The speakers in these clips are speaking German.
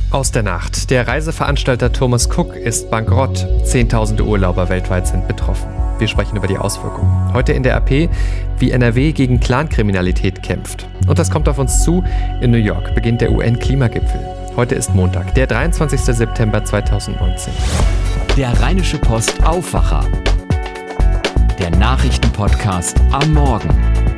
Aus der Nacht. Der Reiseveranstalter Thomas Cook ist bankrott. Zehntausende Urlauber weltweit sind betroffen. Wir sprechen über die Auswirkungen. Heute in der AP, wie NRW gegen Clankriminalität kämpft. Und das kommt auf uns zu. In New York beginnt der UN-Klimagipfel. Heute ist Montag, der 23. September 2019. Der Rheinische Post Aufwacher. Der Nachrichtenpodcast am Morgen.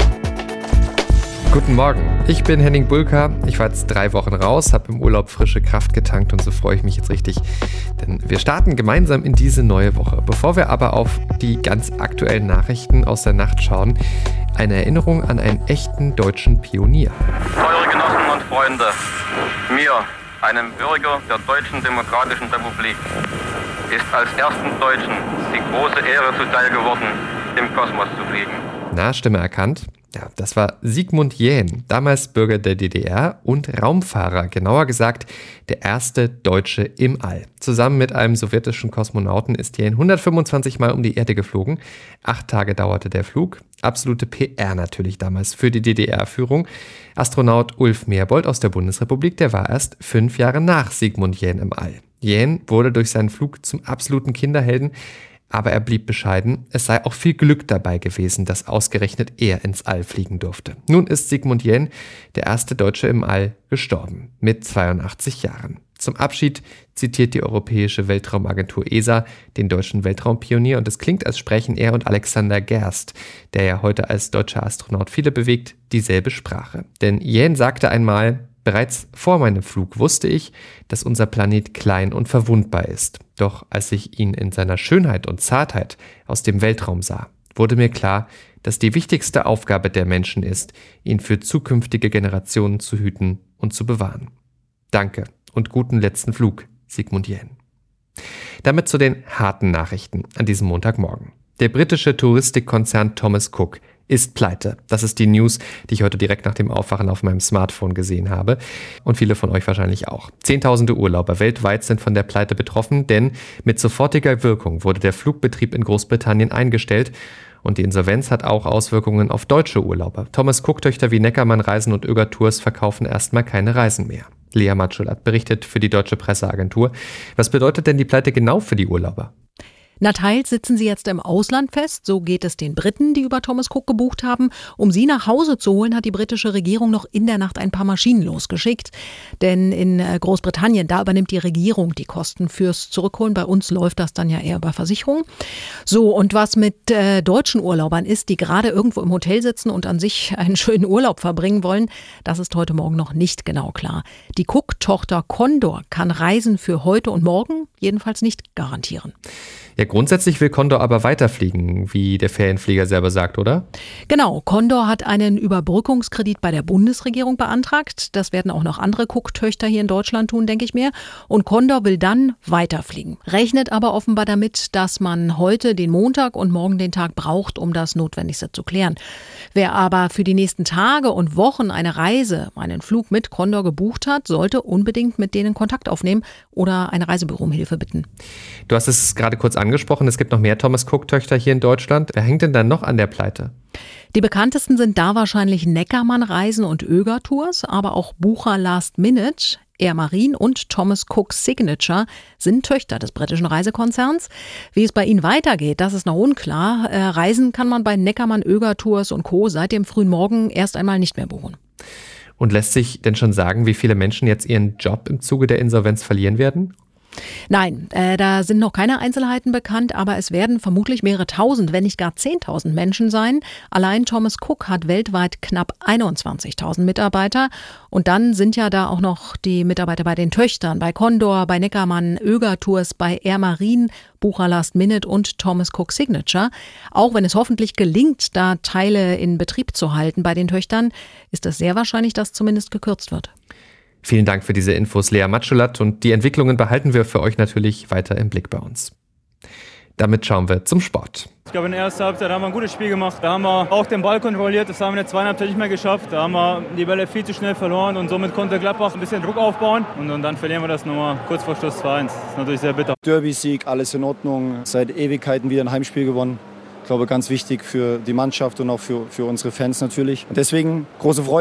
Guten Morgen, ich bin Henning Bulka. Ich war jetzt 3 Wochen raus, habe im Urlaub frische Kraft getankt und so freue ich mich jetzt richtig. Denn wir starten gemeinsam in diese neue Woche. Bevor wir aber auf die ganz aktuellen Nachrichten aus der Nacht schauen, eine Erinnerung an einen echten deutschen Pionier. Teure Genossen und Freunde, mir, einem Bürger der Deutschen Demokratischen Republik, ist als ersten Deutschen die große Ehre zuteil geworden, im Kosmos zu fliegen. Na, Stimme erkannt? Ja, das war Sigmund Jähn, damals Bürger der DDR und Raumfahrer, genauer gesagt der erste Deutsche im All. Zusammen mit einem sowjetischen Kosmonauten ist Jähn 125 Mal um die Erde geflogen. 8 Tage dauerte der Flug. Absolute PR natürlich damals für die DDR-Führung. Astronaut Ulf Merbold aus der Bundesrepublik, der war erst 5 Jahre nach Sigmund Jähn im All. Jähn wurde durch seinen Flug zum absoluten Kinderhelden. Aber er blieb bescheiden, es sei auch viel Glück dabei gewesen, dass ausgerechnet er ins All fliegen durfte. Nun ist Sigmund Jähn, der erste Deutsche im All, gestorben, mit 82 Jahren. Zum Abschied zitiert die Europäische Weltraumagentur ESA den deutschen Weltraumpionier und es klingt, als sprechen er und Alexander Gerst, der ja heute als deutscher Astronaut viele bewegt, dieselbe Sprache. Denn Jähn sagte einmal: Bereits vor meinem Flug wusste ich, dass unser Planet klein und verwundbar ist. Doch als ich ihn in seiner Schönheit und Zartheit aus dem Weltraum sah, wurde mir klar, dass die wichtigste Aufgabe der Menschen ist, ihn für zukünftige Generationen zu hüten und zu bewahren. Danke und guten letzten Flug, Sigmund Jähn. Damit zu den harten Nachrichten an diesem Montagmorgen. Der britische Touristikkonzern Thomas Cook ist pleite. Das ist die News, die ich heute direkt nach dem Aufwachen auf meinem Smartphone gesehen habe. Und viele von euch wahrscheinlich auch. Zehntausende Urlauber weltweit sind von der Pleite betroffen, denn mit sofortiger Wirkung wurde der Flugbetrieb in Großbritannien eingestellt. Und die Insolvenz hat auch Auswirkungen auf deutsche Urlauber. Thomas Cook-Töchter wie Neckermann Reisen und Öger Tours verkaufen erstmal keine Reisen mehr. Lea Matschulat berichtet für die Deutsche Presseagentur. Was bedeutet denn die Pleite genau für die Urlauber? Na, teils sitzen sie jetzt im Ausland fest, so geht es den Briten, die über Thomas Cook gebucht haben. Um sie nach Hause zu holen, hat die britische Regierung noch in der Nacht ein paar Maschinen losgeschickt. Denn in Großbritannien, da übernimmt die Regierung die Kosten fürs Zurückholen. Bei uns läuft das dann ja eher über Versicherung. So, und was mit deutschen Urlaubern ist, die gerade irgendwo im Hotel sitzen und an sich einen schönen Urlaub verbringen wollen, das ist heute Morgen noch nicht genau klar. Die Cook-Tochter Condor kann Reisen für heute und morgen jedenfalls nicht garantieren. Ja, grundsätzlich will Condor aber weiterfliegen, wie der Ferienflieger selber sagt, oder? Genau, Condor hat einen Überbrückungskredit bei der Bundesregierung beantragt. Das werden auch noch andere Cook-Töchter hier in Deutschland tun, denke ich mir. Und Condor will dann weiterfliegen. Rechnet aber offenbar damit, dass man heute den Montag und morgen den Tag braucht, um das Notwendigste zu klären. Wer aber für die nächsten Tage und Wochen eine Reise, einen Flug mit Condor gebucht hat, sollte unbedingt mit denen Kontakt aufnehmen oder eine Reisebüro um Hilfe bitten. Du hast es gerade kurz angesprochen, es gibt noch mehr Thomas Cook-Töchter hier in Deutschland. Wer hängt denn dann noch an der Pleite? Die bekanntesten sind da wahrscheinlich Neckermann Reisen und Öger Tours, aber auch Bucher Last Minute, Air Marine und Thomas Cook Signature sind Töchter des britischen Reisekonzerns. Wie es bei ihnen weitergeht, das ist noch unklar. Reisen kann man bei Neckermann, Öger Tours und Co. seit dem frühen Morgen erst einmal nicht mehr buchen. Und lässt sich denn schon sagen, wie viele Menschen jetzt ihren Job im Zuge der Insolvenz verlieren werden? Nein, da sind noch keine Einzelheiten bekannt, aber es werden vermutlich mehrere tausend, wenn nicht gar 10.000 Menschen sein. Allein Thomas Cook hat weltweit knapp 21.000 Mitarbeiter. Und dann sind ja da auch noch die Mitarbeiter bei den Töchtern, bei Condor, bei Neckermann, Öger Tours, bei Air Marine, Bucher Last Minute und Thomas Cook Signature. Auch wenn es hoffentlich gelingt, da Teile in Betrieb zu halten bei den Töchtern, ist es sehr wahrscheinlich, dass zumindest gekürzt wird. Vielen Dank für diese Infos, Lea Matschulat, und die Entwicklungen behalten wir für euch natürlich weiter im Blick bei uns. Damit schauen wir zum Sport. Ich glaube, in der ersten Halbzeit haben wir ein gutes Spiel gemacht. Da haben wir auch den Ball kontrolliert. Das haben wir in der zweiten Halbzeit nicht mehr geschafft. Da haben wir die Bälle viel zu schnell verloren und somit konnte Gladbach ein bisschen Druck aufbauen. Und dann verlieren wir das nochmal kurz vor Schluss 2-1. Das ist natürlich sehr bitter. Derby-Sieg, alles in Ordnung. Seit Ewigkeiten wieder ein Heimspiel gewonnen. Ich glaube, ganz wichtig für die Mannschaft und auch für unsere Fans natürlich. Und deswegen große Freude.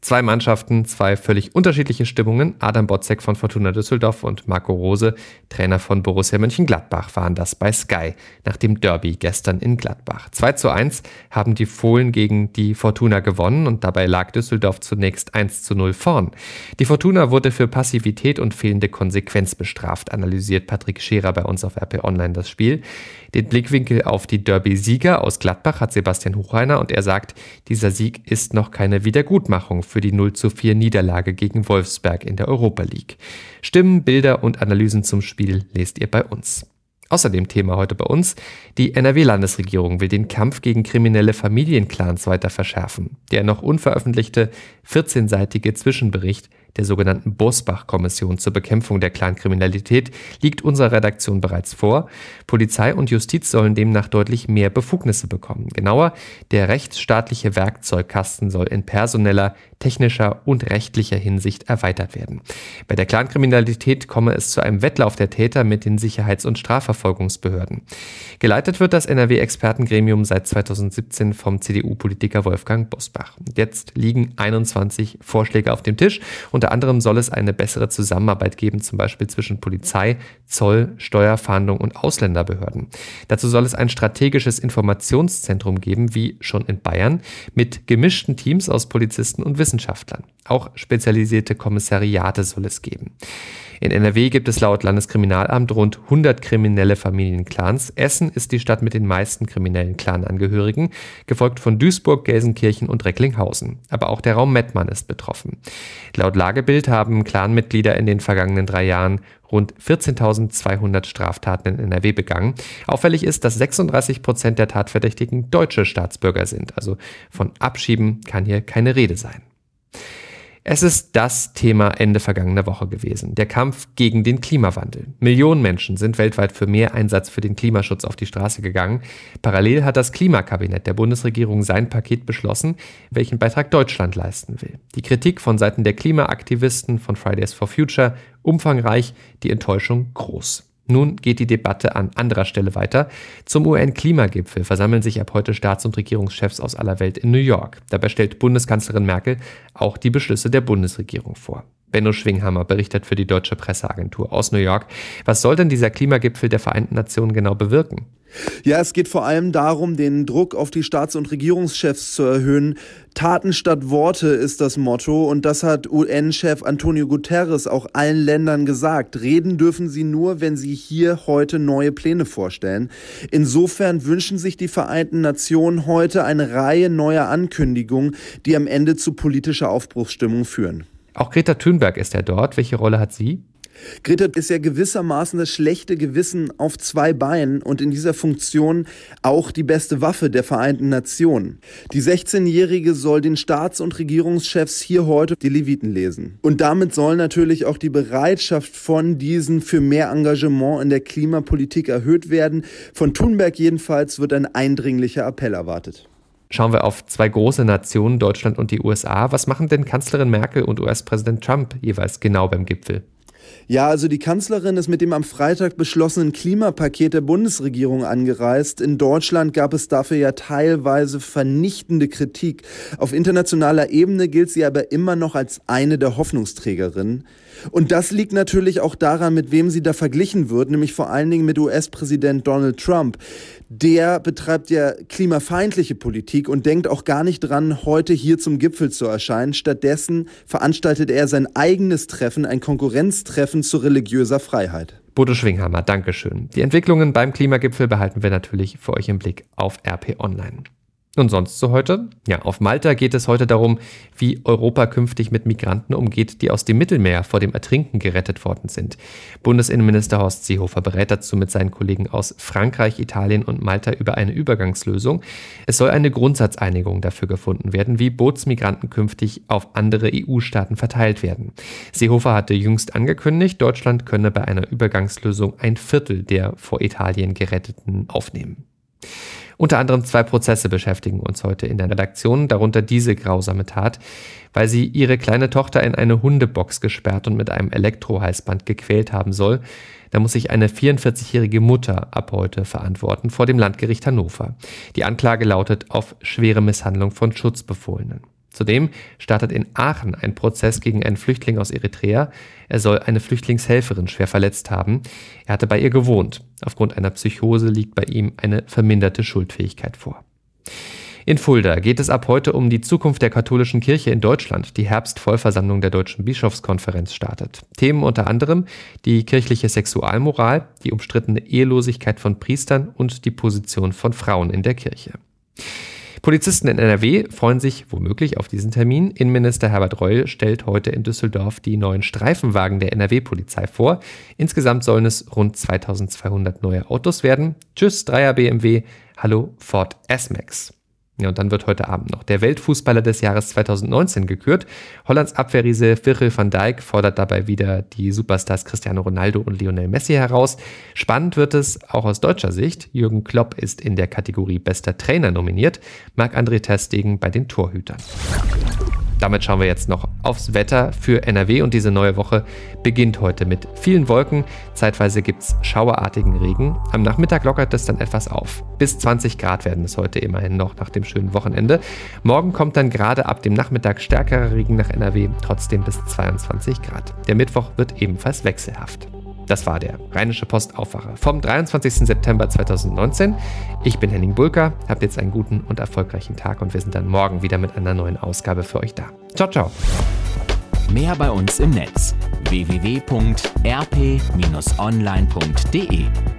Zwei Mannschaften, zwei völlig unterschiedliche Stimmungen. Adam Botzek von Fortuna Düsseldorf und Marco Rose, Trainer von Borussia Mönchengladbach, waren das bei Sky nach dem Derby gestern in Gladbach. 2:1 haben die Fohlen gegen die Fortuna gewonnen und dabei lag Düsseldorf zunächst 1:0 vorn. Die Fortuna wurde für Passivität und fehlende Konsequenz bestraft, analysiert Patrick Scherer bei uns auf RP Online das Spiel. Den Blickwinkel auf die Derby-Sieger aus Gladbach hat Sebastian Hochreiner und er sagt, dieser Sieg ist noch keine Wiedergutmachung für die 0:4 Niederlage gegen Wolfsberg in der Europa League. Stimmen, Bilder und Analysen zum Spiel lest ihr bei uns. Außerdem Thema heute bei uns: Die NRW-Landesregierung will den Kampf gegen kriminelle Familienclans weiter verschärfen. Der noch unveröffentlichte 14-seitige Zwischenbericht der sogenannten Bosbach-Kommission zur Bekämpfung der Clankriminalität liegt unserer Redaktion bereits vor. Polizei und Justiz sollen demnach deutlich mehr Befugnisse bekommen. Genauer, der rechtsstaatliche Werkzeugkasten soll in personeller, technischer und rechtlicher Hinsicht erweitert werden. Bei der Clankriminalität komme es zu einem Wettlauf der Täter mit den Sicherheits- und Strafverfolgungsbehörden. Geleitet wird das NRW-Expertengremium seit 2017 vom CDU-Politiker Wolfgang Bosbach. Jetzt liegen 21 Vorschläge auf dem Tisch. Unter anderem soll es eine bessere Zusammenarbeit geben, zum Beispiel zwischen Polizei, Zoll, Steuerfahndung und Ausländerbehörden. Dazu soll es ein strategisches Informationszentrum geben, wie schon in Bayern, mit gemischten Teams aus Polizisten und Wissenschaftlern. Auch spezialisierte Kommissariate soll es geben. In NRW gibt es laut Landeskriminalamt rund 100 kriminelle Familienclans. Essen ist die Stadt mit den meisten kriminellen Clanangehörigen, gefolgt von Duisburg, Gelsenkirchen und Recklinghausen. Aber auch der Raum Mettmann ist betroffen. Laut Lagebild haben Clanmitglieder in den vergangenen 3 Jahren rund 14.200 Straftaten in NRW begangen. Auffällig ist, dass 36% der Tatverdächtigen deutsche Staatsbürger sind. Also von Abschieben kann hier keine Rede sein. Es ist das Thema Ende vergangener Woche gewesen. Der Kampf gegen den Klimawandel. Millionen Menschen sind weltweit für mehr Einsatz für den Klimaschutz auf die Straße gegangen. Parallel hat das Klimakabinett der Bundesregierung sein Paket beschlossen, welchen Beitrag Deutschland leisten will. Die Kritik von Seiten der Klimaaktivisten von Fridays for Future umfangreich, die Enttäuschung groß. Nun geht die Debatte an anderer Stelle weiter. Zum UN-Klimagipfel versammeln sich ab heute Staats- und Regierungschefs aus aller Welt in New York. Dabei stellt Bundeskanzlerin Merkel auch die Beschlüsse der Bundesregierung vor. Benno Schwinghammer berichtet für die Deutsche Presseagentur aus New York. Was soll denn dieser Klimagipfel der Vereinten Nationen genau bewirken? Ja, es geht vor allem darum, den Druck auf die Staats- und Regierungschefs zu erhöhen. Taten statt Worte ist das Motto und das hat UN-Chef Antonio Guterres auch allen Ländern gesagt. Reden dürfen sie nur, wenn sie hier heute neue Pläne vorstellen. Insofern wünschen sich die Vereinten Nationen heute eine Reihe neuer Ankündigungen, die am Ende zu politischer Aufbruchsstimmung führen. Auch Greta Thunberg ist ja dort. Welche Rolle hat sie? Greta ist ja gewissermaßen das schlechte Gewissen auf 2 Beinen und in dieser Funktion auch die beste Waffe der Vereinten Nationen. Die 16-Jährige soll den Staats- und Regierungschefs hier heute die Leviten lesen. Und damit soll natürlich auch die Bereitschaft von diesen für mehr Engagement in der Klimapolitik erhöht werden. Von Thunberg jedenfalls wird ein eindringlicher Appell erwartet. Schauen wir auf 2 große Nationen, Deutschland und die USA. Was machen denn Kanzlerin Merkel und US-Präsident Trump jeweils genau beim Gipfel? Ja, also die Kanzlerin ist mit dem am Freitag beschlossenen Klimapaket der Bundesregierung angereist. In Deutschland gab es dafür ja teilweise vernichtende Kritik. Auf internationaler Ebene gilt sie aber immer noch als eine der Hoffnungsträgerinnen. Und das liegt natürlich auch daran, mit wem sie da verglichen wird, nämlich vor allen Dingen mit US-Präsident Donald Trump. Der betreibt ja klimafeindliche Politik und denkt auch gar nicht dran, heute hier zum Gipfel zu erscheinen. Stattdessen veranstaltet er sein eigenes Treffen, ein Konkurrenztreffen zu religiöser Freiheit. Bodo Schwinghammer, Dankeschön. Die Entwicklungen beim Klimagipfel behalten wir natürlich für euch im Blick auf RP Online. Und sonst so heute? Ja, auf Malta geht es heute darum, wie Europa künftig mit Migranten umgeht, die aus dem Mittelmeer vor dem Ertrinken gerettet worden sind. Bundesinnenminister Horst Seehofer berät dazu mit seinen Kollegen aus Frankreich, Italien und Malta über eine Übergangslösung. Es soll eine Grundsatzeinigung dafür gefunden werden, wie Bootsmigranten künftig auf andere EU-Staaten verteilt werden. Seehofer hatte jüngst angekündigt, Deutschland könne bei einer Übergangslösung 1/4 der vor Italien Geretteten aufnehmen. Unter anderem 2 Prozesse beschäftigen uns heute in der Redaktion, darunter diese grausame Tat, weil sie ihre kleine Tochter in eine Hundebox gesperrt und mit einem Elektrohalsband gequält haben soll. Da muss sich eine 44-jährige Mutter ab heute verantworten vor dem Landgericht Hannover. Die Anklage lautet auf schwere Misshandlung von Schutzbefohlenen. Zudem startet in Aachen ein Prozess gegen einen Flüchtling aus Eritrea. Er soll eine Flüchtlingshelferin schwer verletzt haben. Er hatte bei ihr gewohnt. Aufgrund einer Psychose liegt bei ihm eine verminderte Schuldfähigkeit vor. In Fulda geht es ab heute um die Zukunft der katholischen Kirche in Deutschland. Die Herbstvollversammlung der Deutschen Bischofskonferenz startet. Themen unter anderem die kirchliche Sexualmoral, die umstrittene Ehelosigkeit von Priestern und die Position von Frauen in der Kirche. Polizisten in NRW freuen sich womöglich auf diesen Termin. Innenminister Herbert Reul stellt heute in Düsseldorf die neuen Streifenwagen der NRW-Polizei vor. Insgesamt sollen es rund 2200 neue Autos werden. Tschüss, 3er BMW, hallo Ford S-Max. Ja, und dann wird heute Abend noch der Weltfußballer des Jahres 2019 gekürt. Hollands Abwehrriese Virgil van Dijk fordert dabei wieder die Superstars Cristiano Ronaldo und Lionel Messi heraus. Spannend wird es auch aus deutscher Sicht. Jürgen Klopp ist in der Kategorie Bester Trainer nominiert, Marc-André ter Stegen bei den Torhütern. Damit schauen wir jetzt noch aufs Wetter für NRW und diese neue Woche beginnt heute mit vielen Wolken. Zeitweise gibt es schauerartigen Regen. Am Nachmittag lockert es dann etwas auf. Bis 20 Grad werden es heute immerhin noch nach dem schönen Wochenende. Morgen kommt dann gerade ab dem Nachmittag stärkerer Regen nach NRW, trotzdem bis 22 Grad. Der Mittwoch wird ebenfalls wechselhaft. Das war der Rheinische Post Aufwacher vom 23. September 2019. Ich bin Henning Bulka, habt jetzt einen guten und erfolgreichen Tag und wir sind dann morgen wieder mit einer neuen Ausgabe für euch da. Ciao, ciao. Mehr bei uns im Netz: www.rp-online.de